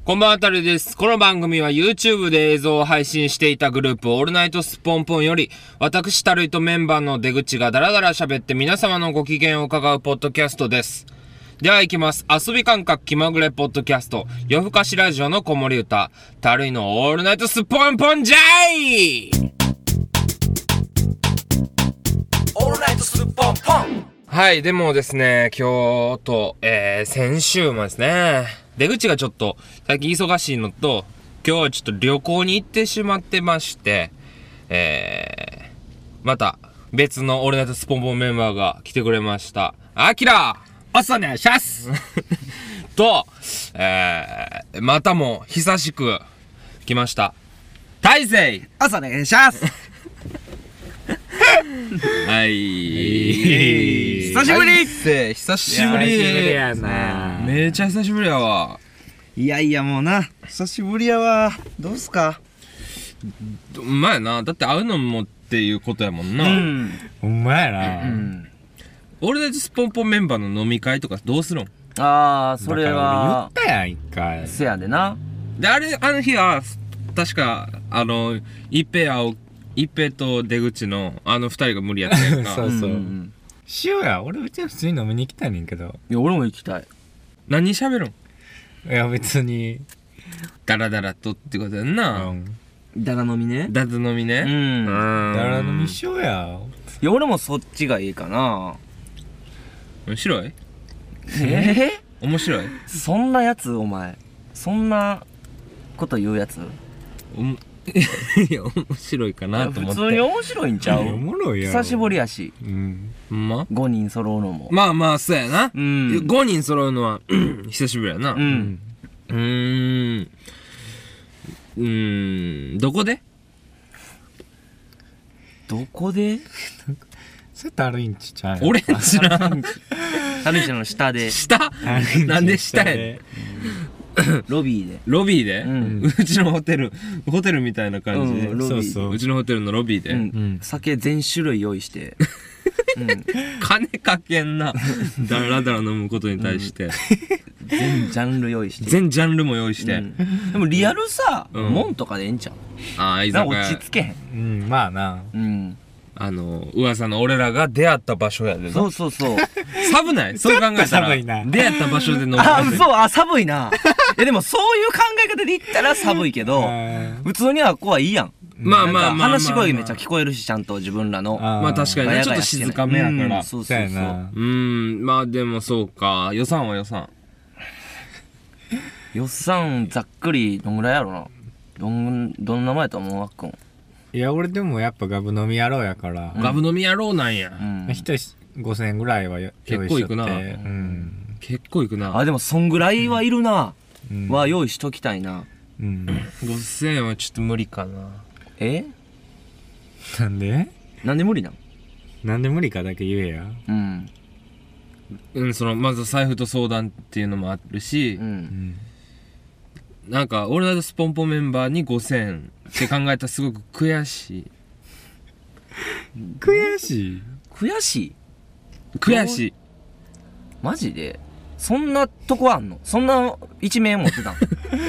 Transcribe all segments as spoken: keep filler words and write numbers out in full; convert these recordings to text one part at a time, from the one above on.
こんばんは、たるです。この番組は YouTube で映像を配信していたグループオールナイトスポンポンより、私たるいとメンバーの出口がダラダラ喋って皆様のご機嫌を伺うポッドキャストです。では行きます。遊び感覚気まぐれポッドキャスト、夜更かしラジオの子守歌、たるいのオールナイトスポンポンじゃいオールナイトスポンポン。はい、でもですね、今日と、えー、先週もですね、出口がちょっと最近忙しいのと、今日はちょっと旅行に行ってしまってまして、えー、また別のオールナイトスポンポンメンバーが来てくれました。アキラおっさんお願いしますと、えー、またも久しく来ました。大勢おっさんお願いしますはい、 久しぶり久しぶり久しぶりやな。 めっちゃ久しぶりやわ。 いやいやもうな、久しぶりやわ。どうすか。 うまいな。だって会うのもっていうことやもんな。 うんほんまやな、 うん、 オールナイトスポンポンメンバーの飲み会とかどうするん？ ああそれはだから俺言ったやん一回。 せやでな。 で、あれ、あの日は確かあの一平青一平と出口のあの二人が無理やったやんか。 そうそう、 んん、 しようや。俺うちは普通に飲みに行きたいねんけど。 いや俺も行きたい。 何喋るん？ いや別にダラダラとってことやんな。 うんだら飲みね。 ダズ飲みね。 うんうん。 だら飲みしようや。 いや俺もそっちがいいかな。 面白い？ えー、 面白い？ そんなやつお前、そんなこと言うやつ。 おもいや面白いかなと思って。 普通に面白いんちゃう。 おもろいやろ。 久しぶりやしうんほんま？ ごにん揃うのも。 まあまあそうやな。 うんごにん揃うのは久しぶりやな。 ううんん。うーん。うーん。どこで？ どこで。 それタルインチちゃうやん。 俺んちな。 タルシの下で下？ タルインチなんで下やねん。 でロビーで。 ロビーで、 うんうちのホテル、ホテルみたいな感じで。 うんロビーそうそううちのホテルのロビーで。 うんうん酒全種類用意してうん金かけんな。だらだら飲むことに対して。 全ジャンル用意して。 全ジャンルも用意して。 うんでもリアルさ、 うん門とかでええんちゃう。 ああ、居なんか酒屋。 落ち着けへん。 うんまあな。 うんあの、噂の俺らが出会った場所やでな。 そうそうそう寒ない？そう考えたら。 寒いな出会った場所で飲む。 あそうあ寒いな。えでもそういう考え方で言ったら寒いけどあ普通にはこはいいやん。 まあまあまあまあまあ。 話し声めっちゃ聞こえるしちゃんと自分らのあまあ確かにね、ちょっと静かめやから。 うんそうそそううそう。 やな。 うーん、まあでもそうか。予算は予算。 予算ざっくりどんぐらいやろな。どんどんな前と思うわっくん。 いや俺でもやっぱガブ飲みやろうやから、 ガブ飲み野郎なんや。 うん一人ごせんえんぐらいは用意しとって。 結構いくなうん結構いくな。 あでもそんぐらいはいるな、 うんは用意しときたいな。 うんごせんえんはちょっと無理かな。 えなんでなんで無理なん。 なんで無理かだけ言えや。 うんうん、その、まず財布と相談っていうのもあるしう、 うんんなんか、オールナイトスポンポンメンバーにごせんえんって考えたらすごく悔しい。 悔しい。 悔しい。 悔しい。 マジでそんなとこあんの。そんな一面持ってたん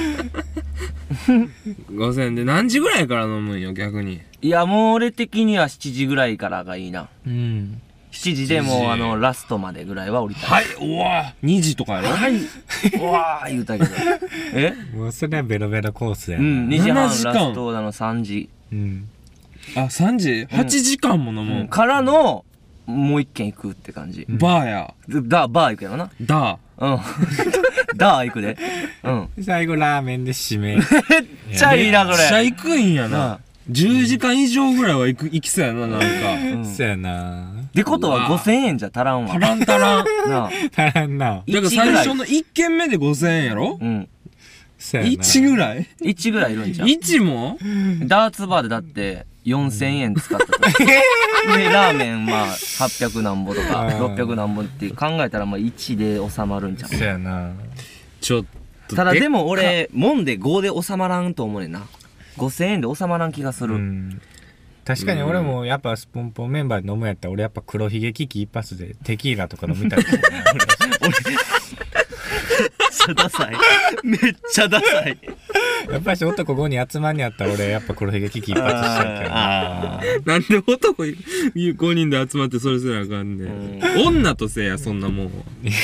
ごせんえんで何時ぐらいから飲むんよ、逆に。 いやもう俺的にはしちじぐらいからがいいな。 うんしちじでもしちじうあのラストまでぐらいは降りたい。 はい、うわにじとかやろ。 はい。うわー言うたけど。えもうそれはベロベロコースやな。 うんにじはんラななじかんストなのさんじ、 うんあ、さんじ ?はち 時間も飲むん。 からのもう一軒行くって感じ。 バーや。 だバー行くやろな。 だ。 うん。ダー行くで。うん。 最後ラーメンで締め。 めっちゃいいな、そめっちゃれ。 行くんやなあな。じゅうじかん以上ぐらいは行く、行きそうやな、なんか。 うんそやな。 ってことはごせんえんじゃ足らんわ。 タランタラン。 なあ。 足らんな。 だから最初のいっけんめでごせんえんやろうん。 そやな。 いちぐらいいちぐらいいるんじゃん。 いちもダーツバーでだってよんせんえん使ったと。で、ラーメンまあはっぴゃくなんぼとかあーろっぴゃくなんぼって考えたらまあいちで収まるんじゃん。 そやな。 ちょっと。 ただでも俺、もんでごで収まらんと思うねんな。ごせんえんで収まらん気がする。 うん確かに俺もやっぱスポンポンメンバーで飲むやったら俺やっぱ黒ひげ危機一発でテキーラとか飲みたいですねちゃダサい。めっちゃダサい。 やっぱし男ごにん集まんにやったら俺やっぱ黒ひげ危機一発しちゃうけどな。 なんで男ごにんで集まってそれせなあかんねん。女とせや、そんなもんは。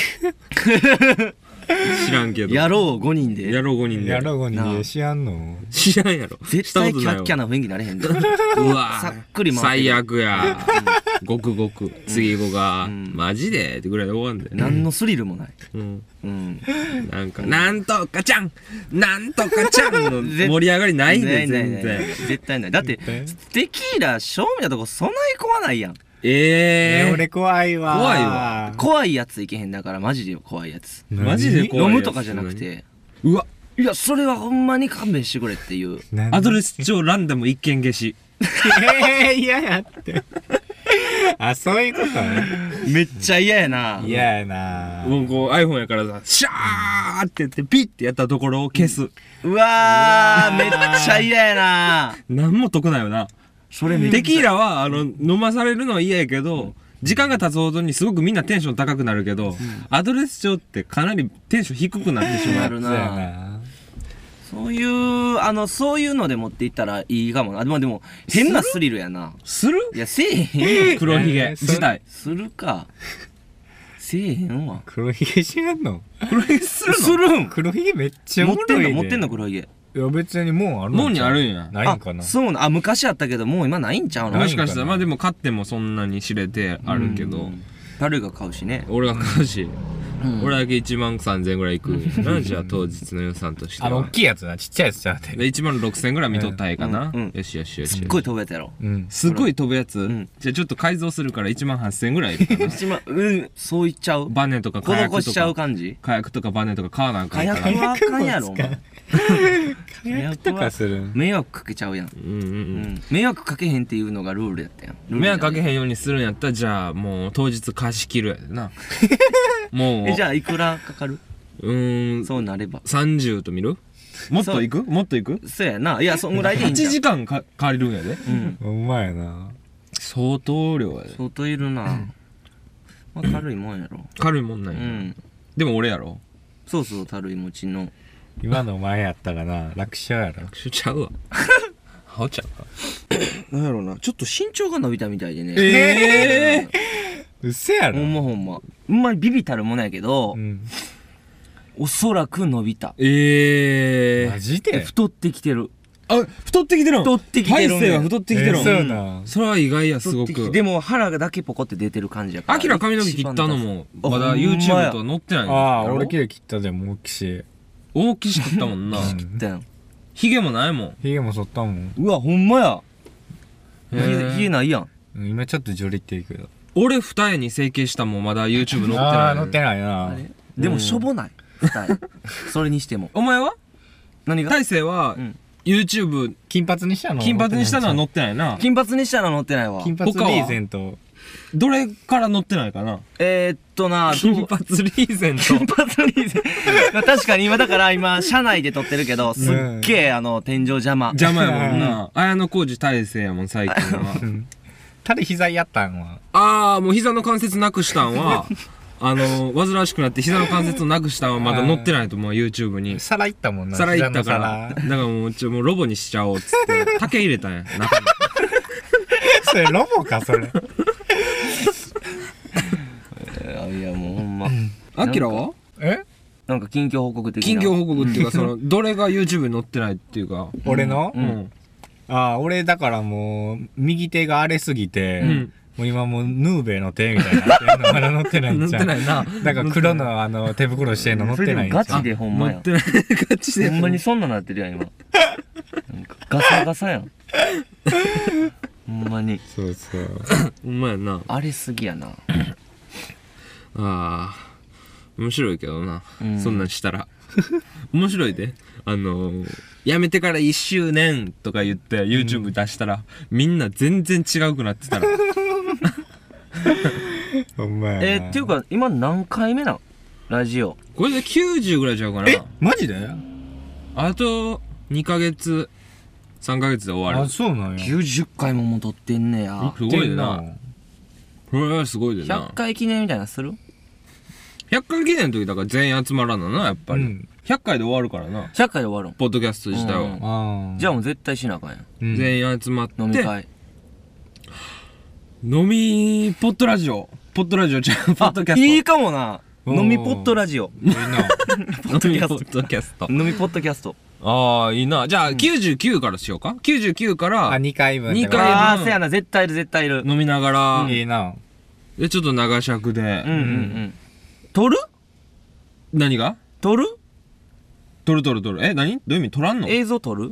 知らんけど。 やろうごにんで。 やろうごにんで。 やろうごにんでしやんの。 知らんやろ。 絶対キャッキャな雰囲気なれへんで。 うわさっくり回ってる最悪や。ごくごく。次ごが、 んマジでってぐらいで終わんで。 何のスリルもない。 うん。 うん。 なんか、なんとかちゃんなんとかちゃんの盛り上がりないで、全然。 絶対ない。だって、テキーラ、正味なとこそない怖ないやん。 ええー。 俺怖いわ。 怖いわ。 怖いやついけへんだから、マジで怖いやつ。 マジで怖いやつ。 飲むとかじゃなくて。 うわ。 いや、それはほんまに勘弁してくれっていう。 アドレス帳ランダム一見消し。 ええ、嫌やって。あ、そういうことね。 めっちゃ嫌やな。 嫌やな。 もうこう iPhone やからさ、シャーってやってピッてやったところを消す。 うわー、めっちゃ嫌やな。 なんも得ないよな。 それめっちゃテキーラは、あの、飲まされるのは嫌やけど、時間が経つほどにすごくみんなテンション高くなるけど、アドレス帳ってかなりテンション低くなってしまう。 なるそうやな。 な。 そういう、あの、そういうので持っていったらいいかもな。まあでも、変なスリルやな。 するいや、せえへんよ。 黒ひげ自体。 するか。せえへんわ。 黒ひげしやんの？ 黒ひげするのするん黒ひげめっちゃお持ってんもろいで。 の持ってんの黒ひげ。 いや別にもうあるもうにあるんやないんかな。 あ、そうな。あ、昔あったけど、もう今ないんちゃうの？ ないもしかしたら、まあでも買ってもそんなに知れてあるけど、 誰が買うしね。 俺が買うし、 うん俺だけいちまんさんぜんえんぐらいいくんやな、じゃあ当日の予算としてあの、 は大。きいやつな、ちっちゃいやつちゃうて。 でいちまんろくせんえんぐらい見とったらええかな、 うんうんよしよしよしすっごい飛ぶやつやろ。 うん。 すっごい飛ぶやつ、 んじゃあちょっと改造するからいちまんはっせんえんぐらいいるかな一番、うん、そう言っちゃう。 バネとか火薬と施しちゃうか感じ。 火薬とかバネとか買わなあか火んから薬はあかんやろ、お前。 火薬とかするん。 迷惑かけちゃうやん。 うんうんううんん。迷惑かけへんっていうのがルールやったやん。 迷惑かけん。 へんようにするんやったらじゃあもう当日貸し切るやでなもうえ、じゃあいくらかかる？ うーんそうなれば。 さんじゅうと見るもっといくもっといくそうやな。いや、そんぐらいでいいん 8 じゃん。 時間か借りるんやでうん。 ほんまやな。 相当量やで相当いるな。まあ、軽いもんやろ。 軽いもんなや、 うんん。 でも俺やろそうそう、軽い餅の。 今の前やったらな、楽勝やろ。 楽勝ちゃうわはおちゃうかなんやろな。ちょっと身長が伸びたみたいでね。 ええうっせやろ。 ほんまほんま。ほんまにビビたるものやけど、 うん。 おそらく伸びた。 ええマジで太ってきてる。 あ太ってきてるん太ってきてるん大勢は太ってきてるん、 えーそうな。 それは意外やす太ごくってきてでも腹だけポコって出てる感じやから。 アキラ髪の毛切ったのもあまだほんまや YouTube とは載ってないんだろああ、俺きれい切ったでも大きし。 大きしかったもんなうん一番だよ。 ヒゲもないもんヒゲも剃ったもん。 うわ、ほんまや。 へーひげないやん。 うん今ちょっとジョリっていくけど。 俺二重に整形したもんまだ YouTube 載ってああ、 ない乗ってないな。 でもしょぼない。二重それにしても。 お前は何が大勢はうん YouTube 金髪にしたの金髪にしたのは載ってないな金髪にしたら乗ってないわ。 金髪リ他はーゼント。 どれから載ってないかなえー、っとな、 金髪リーゼント金髪リーゼンまあ確かに今だから今車内で撮ってるけどすっげえあの天井邪魔。 邪魔やもんな綾小路大勢やもん最近はただ膝やったんは。 ああもう膝の関節なくしたんはあの煩わしくなって膝の関節をなくしたんはまだ載ってないと思う YouTube に皿いったもんな。 皿いったからだ膝のからもうちょもうロボにしちゃおうっつって竹入れたんや中に皿それロボか、それ。 いやもうほんま。 アキラはえなんか近況報告的な。 近況報告っていうかそのどれが YouTube に載ってないっていうか俺のう、んああ、俺だからもう、右手が荒れすぎて、 うんもう今もうヌーベの手みたいになってんのまだ乗ってないん載っちゃう。 てないなだから黒のあの手袋してんの乗ってないんちゃう。 それでもガチでほんまや載ってないガチでほんまにそんななってるやん今。なんかガサガサやん。ほんまにそうそう。 ほんまやな荒れすぎやな。 ああ面白いけどな、 うんそんなんしたら面白いであのー、やめてからいっしゅうねんとか言って YouTube 出したら、みんな全然違うくなってたらほんまやな。 えー、っていうか今何回目なんラジオ。 これできゅうじゅうぐらいちゃうかなえマジであとにかげつさんかげつで終わあ、 るそうなんや。 きゅうじゅっかいももう撮ってんねや。 すごいなこれはすごいでひゃっなかい記念みたいなのする？ ひゃっかい記念の時だから全員集まらんのな、やっぱり。 うんひゃっかいで終わるからな。 ひゃっかいで終わるん。 ポッドキャスト自体は。 ああ。 じゃあもう絶対しなあかんやん。 うん、 全員集まって。 飲み会。 飲み、ポッドラジオ。ポッドラジオちゃう、ポッドキャスト。 いいかもな。 おー飲みポッドラジオ。 いいな。 飲みポッドキャスト。 飲みポッドキャスト。 ああ、いいな。じゃあ、きゅうじゅうきゅうからしようか。きゅうじゅうきゅうからあ、にかいぶん。 にかいああ、せやな、絶対いる絶対いる。 飲みながら、 いいな。 で、ちょっと長尺で。 うんうんうん。撮る何が撮る撮る撮る撮る。え、何どういう意味撮らんの映像撮る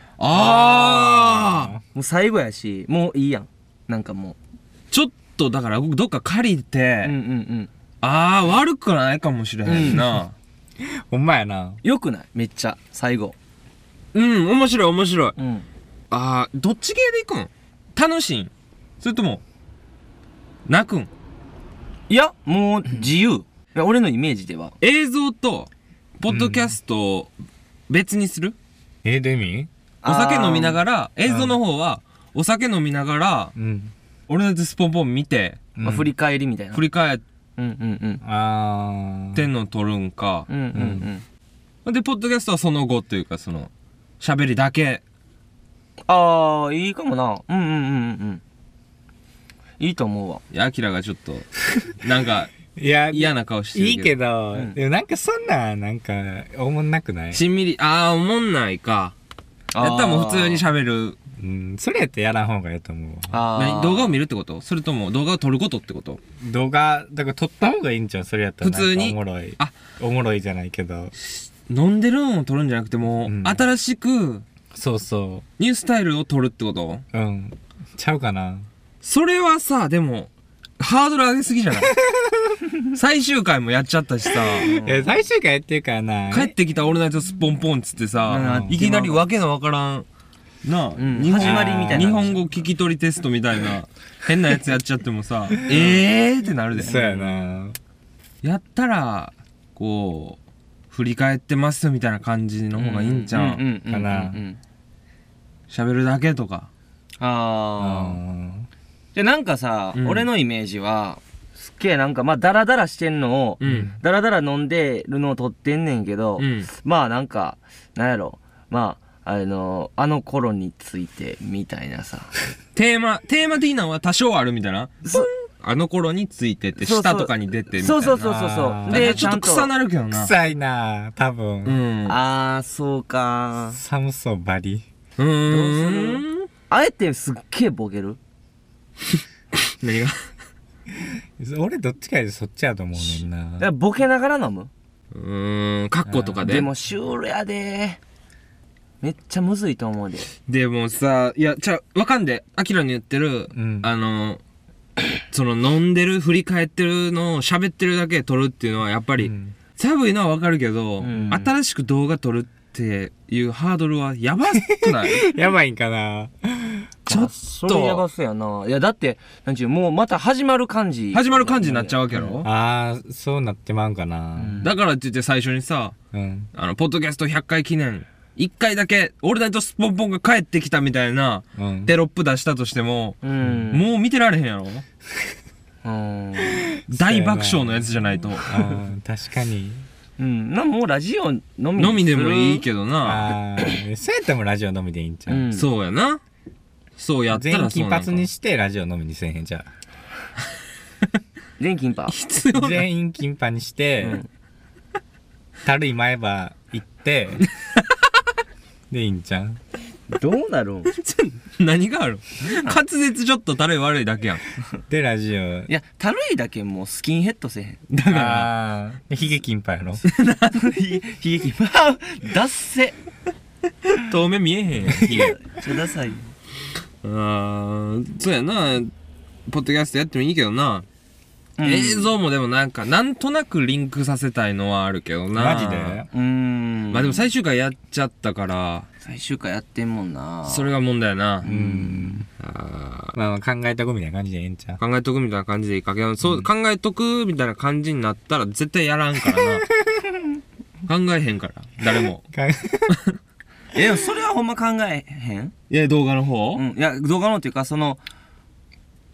ああもう最後やし、もういいやん。なんかもちょっと、だから、どっか借りて、 う。うんうんうん。 ああ、悪くないかもしれへんな。 ほんまやな。 よくないめっちゃ、最後。 うん、面白い面白い。 うん。 ああ、どっち系で行くん楽しいんそれとも、泣くんいや、もう自由。いや俺のイメージでは。 映像と、ポッドキャストを別にする、 えー、どういう意味？ お酒飲みなら。 がら、映像の方は、お酒飲みながら、 うん。 俺のやつスポンポン見て、 まあ、振り返りみたいな。 振り返っうんうんああ。 てんの撮るんか。 うん。うんうんうん。 で、ポッドキャストはその後というか、その、喋りだけ。 ああ、いいかもな。うんうんうんうん。いいと思うわ。 いや、アキラがちょっと、なんか、 いや、 嫌な顔してるけど。 いいけど、 うんでもなんかそんな、なんか、おもんなくないしんみり、あー、おもんないか。やったらもう普通に喋る。 うん、それやってやらん方がいいと思うわ。 あ何動画を見るってことそれとも動画を撮ることってこと動画、だから撮った方がいいんじゃん、それやったら。 普通になんかおもろい。 あおもろいじゃないけど。 飲んでるのを撮るんじゃなくてもう、 うん新しくそうそニュースタイルを撮るってことう。うん。ちゃうかな。 それはさ、でも、ハードル上げすぎじゃない最終回もやっちゃったしさ、 え、最終回やってるからな。 帰ってきたオールナイトスポンポンっつってさ、 うんいきなりわけのわからん、なあ、 うん日本始まりみたいな日本語聞き取りテストみたいな変なやつやっちゃってもさ、えーってなるで。 そうやな。 やったら、こう、振り返ってますみたいな感じの方がいいんちゃう、 うんうんうんうんかなうん喋るだけとか。 ああ。 あじゃあなんかさ、 うん俺のイメージは、すっげえなんかまあダラダラしてんのを、 うん。 ダラダラ飲んでるのを撮ってんねんけど、 うん。 まあなんか、なんやろ、まあ、あの、あの頃についてみたいなさ。 テーマ、テーマ的なのは多少あるみたいな。 そあの頃についてって、 そうそう下とかに出てみたいな。 そうそうそうそうそあーう。 で、 で、 ちょっと臭なるけどな。 臭いな、多分。 うん。 あー、そうか。 寒そうバリ。 うーん。 あえてすっげえボケる何が俺どっちかでそっちやと思うねんだからな。 ボケながら飲むうーん、カッコとかで。 でもシュールやでめっちゃむずいと思うで。 でもさ、いや、ちゃ、わかんで、アキラに言ってる、 うんあの、その飲んでる、振り返ってるのを喋ってるだけ撮るっていうのは、やっぱり、 うん寒いのはわかるけど、 うん新しく動画撮るっていうハードルはやばくないやばいんかな。 ちょっそれやばそうやな。いやだって、なんちゅう、もうまた始まる感じ。 始まる感じになっちゃうわけやろ、 あー、そうなってまうんかな。 だからって言って最初にさ、 うん。 あの、ポッドキャストひゃっかい記念、いっかいだけ、オールナイトスポンポンが帰ってきたみたいな、 うん。 テロップ出したとしても、 うん。 もう見てられへんやろうん。 大爆笑のやつじゃないと。 あー確かに。 うん。な、もうラジオのみ飲みでもいいけど。 どな。 あー、そうやってもラジオ飲みでいいんちゃう、 うん。 そうやな。そうやった全員らそうなんか金髪にしてラジオ飲みにせえへんじゃ全金パ。 必要な。 あ全員金髪にして、 うんたるい前歯行ってでいいんちゃうどうなるんい何がある滑舌ちょっとたれ悪いだけやん。 でラジオや、たるいだけもうスキンヘッドせえへん。 だから、 あーでヒゲ金髪やろひひげ金パ。ダッセ。 遠目見えへんやん、ヒゲ。 ちょださいよ。 あー、そうやな。ポッドキャストやってもいいけどな。 うん映像もでもなんか、なんとなくリンクさせたいのはあるけどな。 マジでうーん。 まあでも最終回やっちゃったから、 最終回やってんもんな。 それが問題やな。 うんあまあまあ考えたこみたいな感じでええんちゃうー考えとくみたいな感じでいいかけど、そう、考えとくみたいな感じになったら絶対やらんからな。考えへんから、誰も。 かえ、でもそれはほんま考えへんいや、動画の方、 うん。いや、動画のっていうか、その、え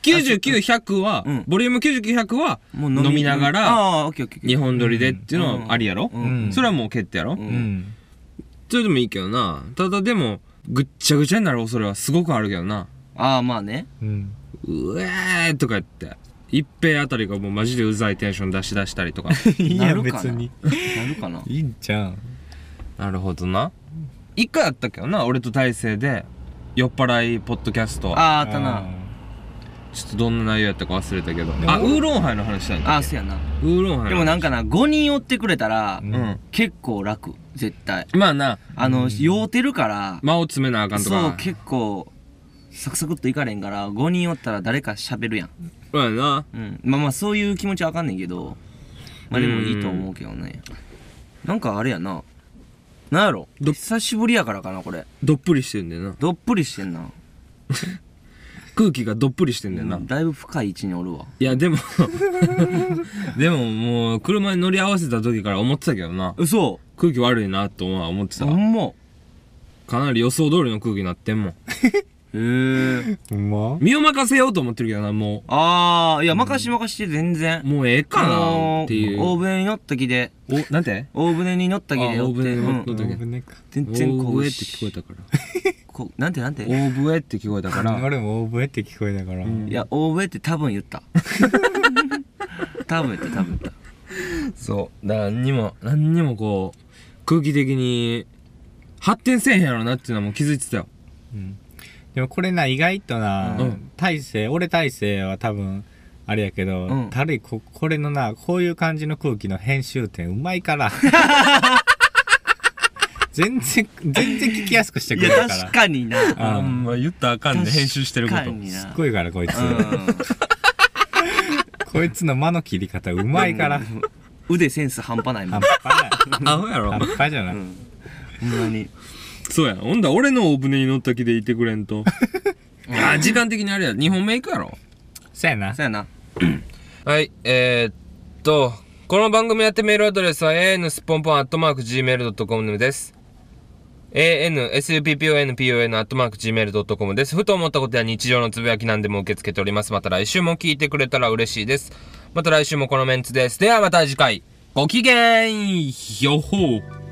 きゅうじゅうきゅう、ひゃくは、 うん、 ボリュームきゅうじゅうきゅう、ひゃくはもう飲みながら、 ああ、オッケーオッケー。 にほん撮りでっていうのはありやろ、 うんうんそれはもう決定やろ、 ううんん。 それでもいいけどな。ただでも、ぐっちゃぐちゃになる恐れはすごくあるけどな。 ああ、まあね。 うん。 うえーとか言って。一平あたりがもうマジでうざいテンション出し出したりとか。 いいやん、 なるかな別に。 なるかな。 いいんちゃうん。 なるほどな。一回あったけどな、俺と大勢で、酔っ払いポッドキャスト。 ああ、あったな。 ちょっとどんな内容やったか忘れたけど。 もあ、ウーロンハイの話したんだっけ。 ああ、そうやな。 ウーロンハイの話。 でもなんかな、ごにんおってくれたら、 ううんん。 結構楽。絶対。 まあな、 あの、 うん酔うてるから、 間を詰めなあかんとか。 そう、結構、サクサクっといかれんから、ごにんおったら誰か喋るやん。 そうやな。 うん。まあまあ、そういう気持ちはわかんねんけど、まあでもいいと思うけどね。なんかあれやな。なんやろど久しぶりやからかな、これ。 どっぷりしてんだよな。 どっぷりしてんな。 空気がどっぷりしてんだよな。 だいぶ深い位置におるわ。 いや、でも、でももう、車に乗り合わせた時から思ってたけどな。 嘘空気悪いなとは思ってたわ。 ほんま。 かなり予想通りの空気になってんもん。 へえ。 ほんま身を任せようと思ってるけどな、もあー、いや、任し任して全然う。。もうええかなっていう。 大船に乗った気で、 お、なんて大船に乗った気であ酔って、 大船に乗っうんた時危ねえか。 全然こう、 大笛って聞こえたから。 こうなんてなんて大笛って聞こえたから。 俺も大笛って聞こえたから。 んいや、大笛って多分言った。多分言った、多分言っそう。だから何にも、何にもこう、空気的に発展せえへんやろなっていうのはもう気づいてたよ。 うん。でもこれな、意外となうん、 大勢、俺大勢は多分、あれやけど、 うんたるいこ、これのな、こういう感じの空気の編集点うまいから。全然、全然聞きやすくしてた。いや、 くれるから。 確かにな。 あんま言ったらあかんで、編集してること確。かにな。 すっごいから、こいつ。 うん。 こいつの間の切り方うまいから。 腕センス半端ないもん。 半端ない。 アホやろ半。端じゃない。 うん。ほんまに。 そうや。ほんだら俺の大船に乗った気でいてくれんと。あ、時間的にあれや。にほんめ行くやろ。 そうやなそ。うやな。 はい、えー、っと、この番組やってメールアドレスは エーエヌスポンポンアットマークジーメールドットコム です。エーエヌエスユーピーピーオーエヌピーオーエヌ アットマークジーメールドットコム です。ふと思ったことや日常のつぶやきなんでも受け付けております。また来週も聞いてくれたら嬉しいです。また来週もこのメンツです。ではまた次回、ごきげんよほう。